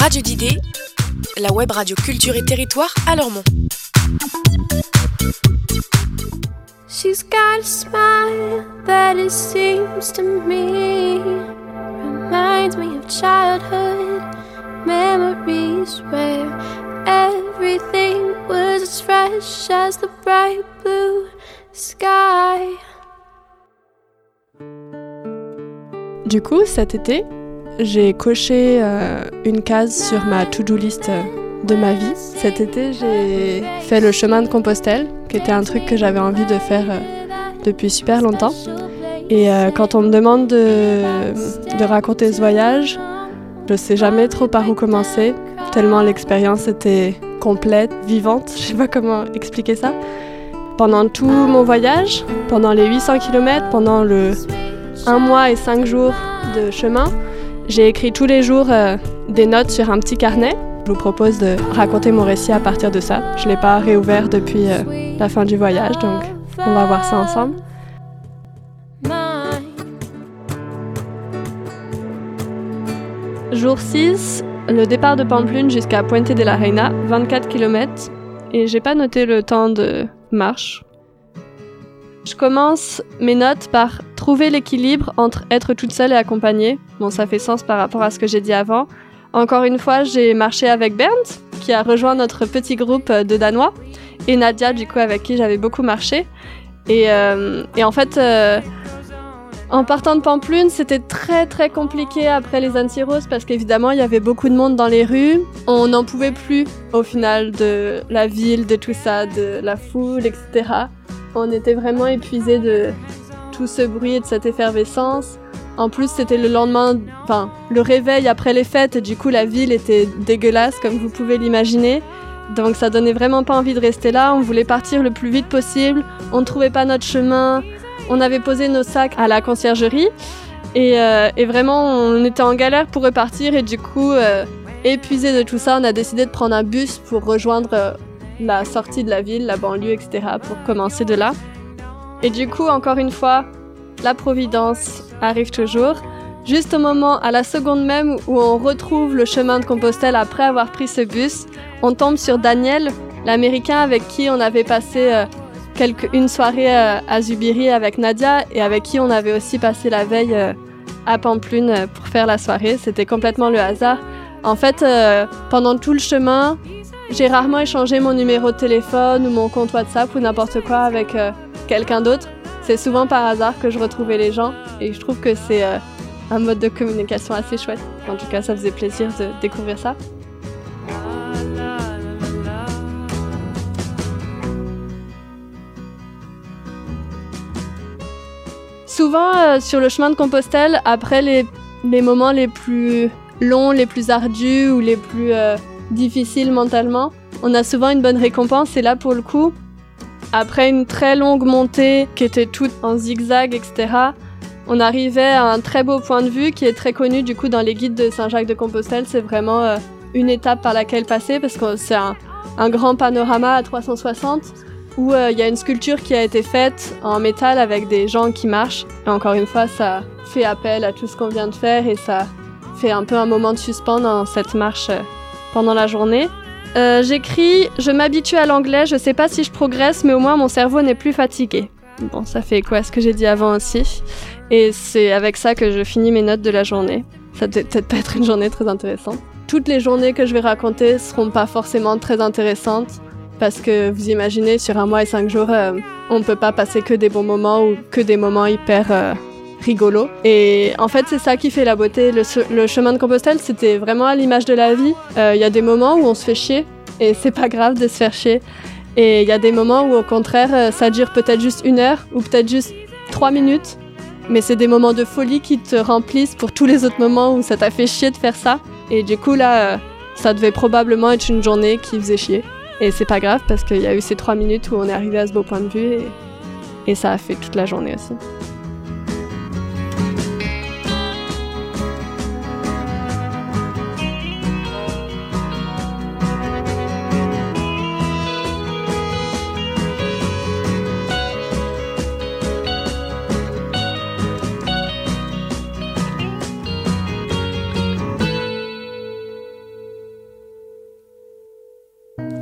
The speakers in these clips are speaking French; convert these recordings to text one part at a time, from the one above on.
Radio d'idées, la web radio culture et territoire à Lormont. She's got a smile that it seems to me reminds me of childhood memories where everything was as fresh as the bright blue sky. Du coup, cet été, j'ai coché une case sur ma to-do list de ma vie. Cet été, j'ai fait le chemin de Compostelle, qui était un truc que j'avais envie de faire depuis super longtemps. Et quand on me demande de raconter ce voyage, je ne sais jamais trop par où commencer, tellement l'expérience était complète, vivante, je ne sais pas comment expliquer ça. Pendant tout mon voyage, pendant les 800 km, pendant le 1 mois et 5 jours de chemin, j'ai écrit tous les jours des notes sur un petit carnet. Je vous propose de raconter mon récit à partir de ça. Je ne l'ai pas réouvert depuis la fin du voyage, donc on va voir ça ensemble. Jour 6, le départ de Pamplune jusqu'à Puente de la Reina, 24 km, et j'ai pas noté le temps de marche. Je commence mes notes par trouver l'équilibre entre être toute seule et accompagnée. Bon, ça fait sens par rapport à ce que j'ai dit avant. Encore une fois, j'ai marché avec Bernd, qui a rejoint notre petit groupe de Danois, et Nadia, du coup, avec qui j'avais beaucoup marché. Et en fait, en partant de Pamplune, c'était très très compliqué après les Anti-Roses parce qu'évidemment, il y avait beaucoup de monde dans les rues. On n'en pouvait plus, au final, de la ville, de tout ça, de la foule, etc. On était vraiment épuisés de tout ce bruit et de cette effervescence. En plus, c'était le lendemain, le réveil après les fêtes, et du coup, la ville était dégueulasse, comme vous pouvez l'imaginer. Donc, ça donnait vraiment pas envie de rester là. On voulait partir le plus vite possible. On ne trouvait pas notre chemin. On avait posé nos sacs à la conciergerie. Et vraiment, on était en galère pour repartir. Et du coup, épuisés de tout ça, on a décidé de prendre un bus pour rejoindre la sortie de la ville, la banlieue, etc. pour commencer de là. Et du coup, encore une fois, la providence arrive toujours. Juste au moment, à la seconde même où on retrouve le chemin de Compostelle après avoir pris ce bus, on tombe sur Daniel, l'Américain avec qui on avait passé une soirée à Zubiri avec Nadia et avec qui on avait aussi passé la veille à Pamplune pour faire la soirée. C'était complètement le hasard. En fait, pendant tout le chemin, j'ai rarement échangé mon numéro de téléphone ou mon compte WhatsApp ou n'importe quoi avec quelqu'un d'autre. C'est souvent par hasard que je retrouvais les gens et je trouve que c'est un mode de communication assez chouette. En tout cas, ça faisait plaisir de découvrir ça. Souvent, sur le chemin de Compostelle, après les moments les plus longs, les plus ardus ou les plus difficiles mentalement, on a souvent une bonne récompense. Et là, pour le coup, après une très longue montée qui était toute en zigzag, etc., on arrivait à un très beau point de vue qui est très connu du coup dans les guides de Saint-Jacques-de-Compostelle. C'est vraiment une étape par laquelle passer parce que c'est un grand panorama à 360 où il y a une sculpture qui a été faite en métal avec des gens qui marchent. Et encore une fois, ça fait appel à tout ce qu'on vient de faire et ça fait un peu un moment de suspens dans cette marche pendant la journée. J'écris « Je m'habitue à l'anglais, je sais pas si je progresse, mais au moins mon cerveau n'est plus fatigué ». Bon, ça fait écho à ce que j'ai dit avant aussi. Et c'est avec ça que je finis mes notes de la journée. Ça peut peut-être pas être une journée très intéressante. Toutes les journées que je vais raconter seront pas forcément très intéressantes parce que vous imaginez, sur 1 mois et 5 jours, on ne peut pas passer que des bons moments ou que des moments hyper rigolos. Et en fait, c'est ça qui fait la beauté. Le chemin de Compostelle, c'était vraiment à l'image de la vie. Il y a des moments où on se fait chier et c'est pas grave de se faire chier. Et il y a des moments où, au contraire, ça dure peut-être juste 1 heure ou peut-être juste 3 minutes. Mais c'est des moments de folie qui te remplissent pour tous les autres moments où ça t'a fait chier de faire ça. Et du coup, là, ça devait probablement être une journée qui faisait chier. Et c'est pas grave parce qu'il y a eu ces 3 minutes où on est arrivé à ce beau point de vue et ça a fait toute la journée aussi.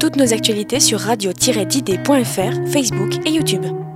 toutes nos actualités sur radio-didée.fr, Facebook et YouTube.